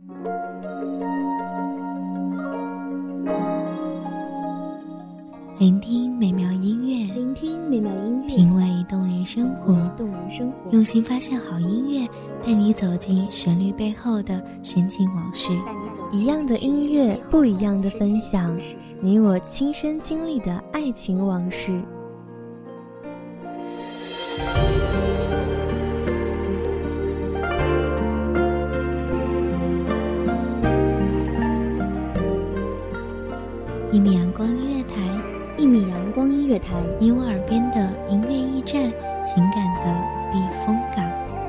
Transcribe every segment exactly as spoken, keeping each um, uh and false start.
聆听美妙音乐， 聆听美妙音乐， 品味动人生活， 动人生活， 用心发现好音乐，带你走进旋律背后的深情往事。 一样的音乐，不一样的分享，你我亲身经历的爱情往事。 一米阳光音乐台， 一米阳光音乐台， 你我耳边的音乐驿站，情感的避风港。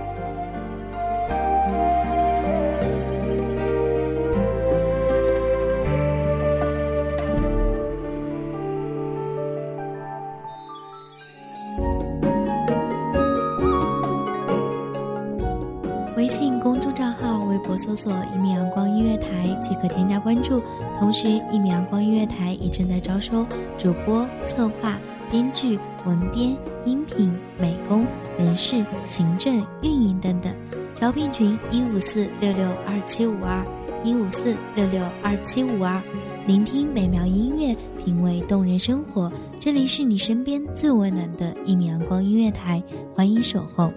微信公众账号、微博搜索一米阳光音乐台即可添加关注。同时，一米阳光音乐台已正在招收主播、策划、编剧、文编、音频、美工、人事、行政、运营等等。招聘群一五四六六二七五二一五四六六二七五二。聆听美妙音乐，品味动人生活。这里是你身边最温暖的一米阳光音乐台，欢迎守候。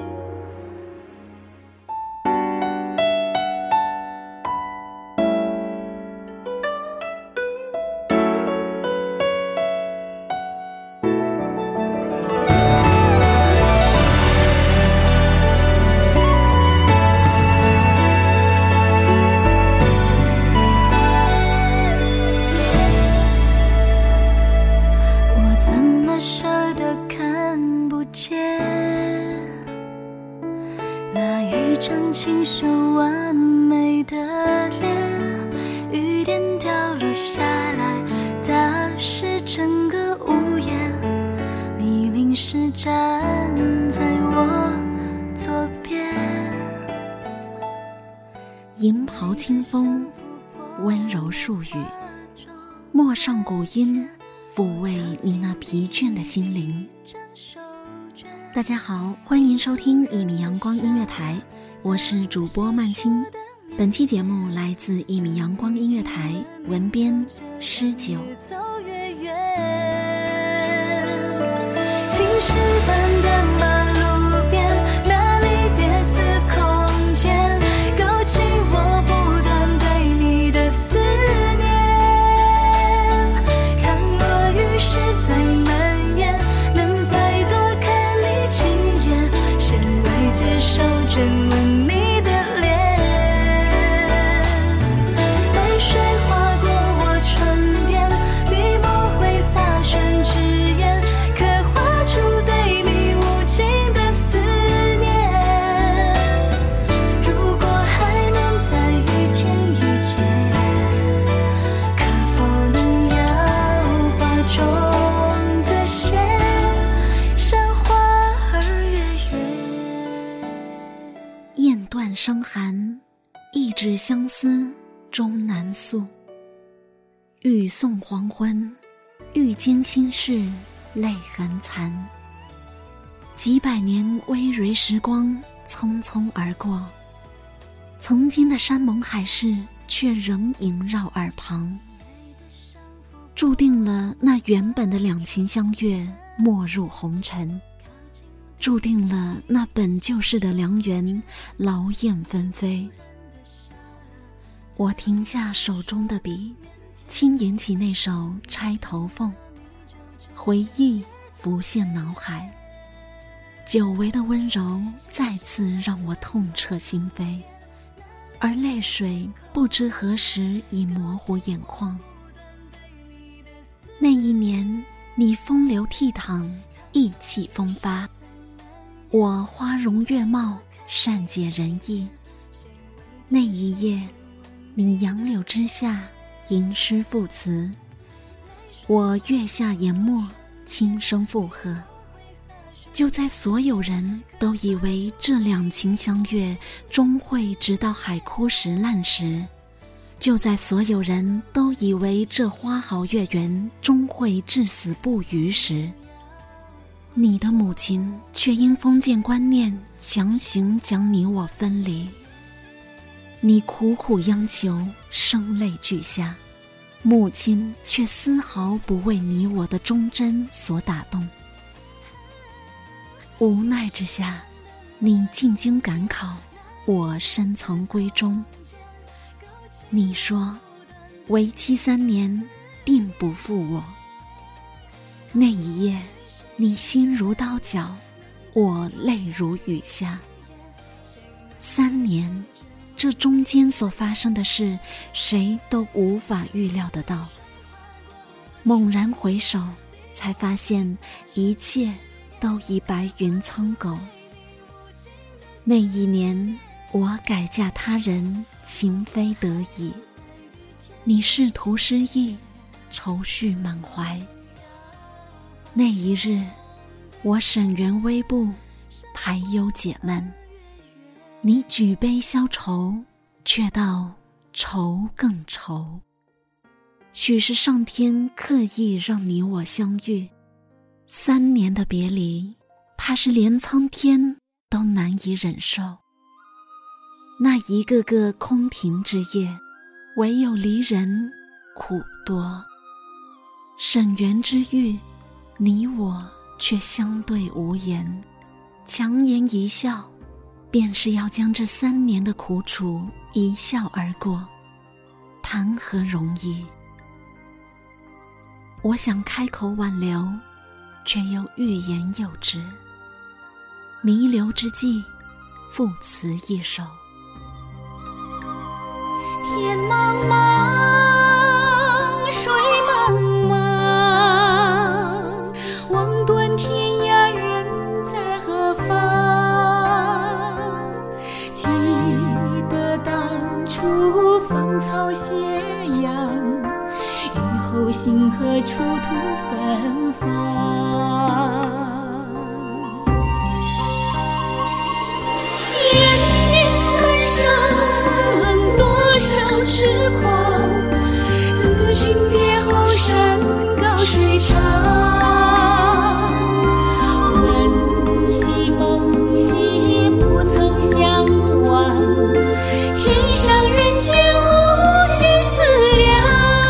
清秀完美的脸，雨点掉落下来，打湿整个屋檐。你淋湿站在我左边， 银袍清风，温柔数语，陌上古音，抚慰你那疲倦的心灵。大家好，欢迎收听一米阳光音乐台，我是主播曼青。本期节目来自一米阳光音乐台，文编诗九。 走越远，青石板的马路边，那里别似空间，勾起我不断对你的思念。倘若雨势再蔓延，能再多看你几眼，先未接受真吻你的脸。泪水划过我唇边，笔墨会洒宣纸砚，刻画出对你无尽的思念。如果还能在雨天遇见，可否能摇花中的线，赏花儿月圆。 雁断声寒，一纸相思终难诉。欲送黄昏，欲笺心事泪痕残。几百年微蕤时光匆匆而过，曾经的山盟海誓却仍萦绕耳旁，注定了那原本的两情相悦没入红尘，注定了那本就是的良缘劳燕分飞。我停下手中的笔，轻吟起那首《钗头凤》，回忆浮现脑海，久违的温柔再次让我痛彻心扉，而泪水不知何时已模糊眼眶。那一年，你风流倜傥，意气风发，我花容月貌，善解人意。那一夜，你杨柳之下，吟诗赋词，我月下研墨，轻声附和。就在所有人都以为这两情相悦终会直到海枯石烂时，就在所有人都以为这花好月圆终会至死不渝时，你的母亲却因封建观念强行将你我分离。 你苦苦央求，声泪俱下，母亲却丝毫不为你我的忠贞所打动。无奈之下，你进京赶考，我深藏闺中。你说为期三年，定不负我。那一夜，你心如刀绞，我泪如雨下。三年，这中间所发生的事，谁都无法预料得到。猛然回首，才发现一切都已白云苍狗。那一年，我改嫁他人，情非得已。你仕途失意，愁绪满怀。那一日，我沈园微步，排忧解闷。你举杯消愁，却道愁更愁。许是上天刻意让你我相遇，三年的别离，怕是连苍天都难以忍受。那一个个空庭之夜，唯有离人苦多。沈园之遇，你我却相对无言，强颜一笑，便是要将这三年的苦楚一笑而过，谈何容易？我想开口挽留，却又欲言又止。弥留之际，赋词一首。 天茫茫，水茫茫，望断天涯人在何方？记得当初芳草斜阳，雨后星河出土芬芳。痴狂，自君别后山高水长。魂兮梦兮不曾相忘，天上人间无限思量。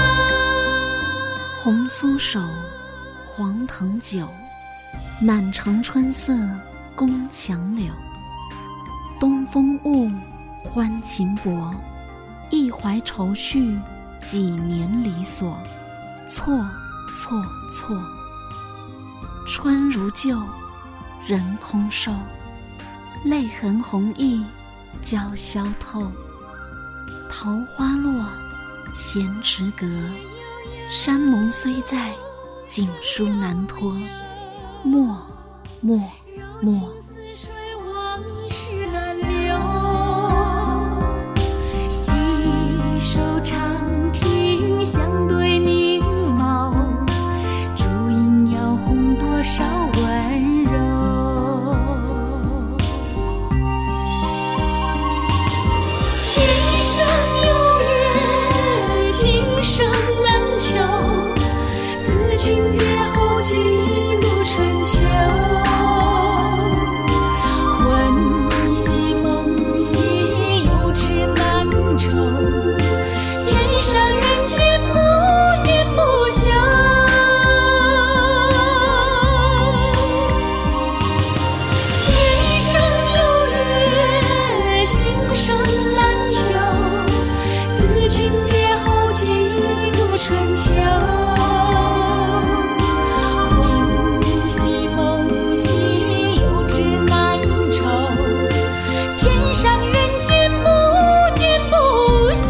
红酥手，黄藤酒，满城春色宫墙柳。东风误，欢情薄，一怀愁绪，几年离索。错错错，春如旧，人空瘦，泪痕红浥鲛绡透。桃花落，闲池阁，山盟虽在，锦书难托。默默默， 相对凝眸，烛影摇红多少温柔。前生有约，今生难求，自君别后几度春秋。魂兮梦兮有知难酬，天上人间不见不休。前生有约，今生难求，自君别后几度春秋。魂兮梦兮有知难酬，天上人间不见不休。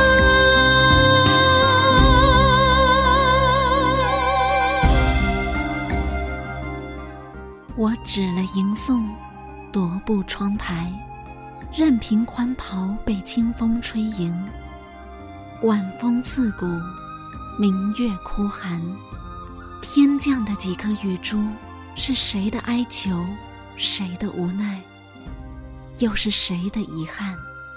我指了吟诵，踱步窗台，任凭宽袍被清风吹迎。晚风刺骨，明月哭寒，天降的几颗雨珠，是谁的哀求，谁的无奈，又是谁的遗憾？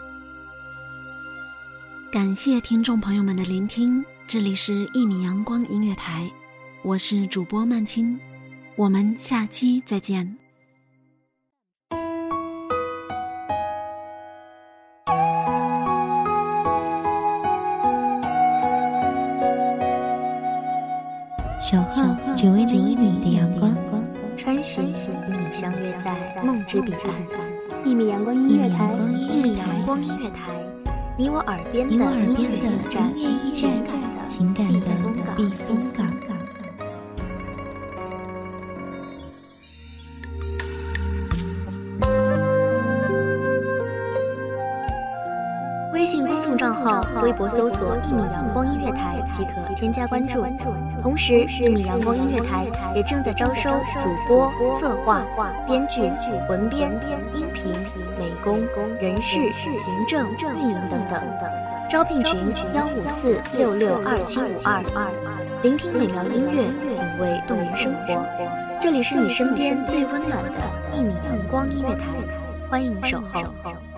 感谢听众朋友们的聆听，这里是一米阳光音乐台，我是主播曼青，我们下期再见。 守候只为那一米的阳光， 穿行与你相约在梦之彼岸。一米阳光音乐台，一米阳光音乐台，你我耳边的音乐驿站，情感的情感的避风港。 微信公众账号、微博搜索“一米阳光音乐台”即可添加关注。同时，一米阳光音乐台也正在招收主播、策划、编剧、文编、音频、美工、人事、行政、运营等等。招聘群：幺五四六六二七五二。聆听美妙音乐，品味动人生活。这里是你身边最温暖的一米阳光音乐台，欢迎守候。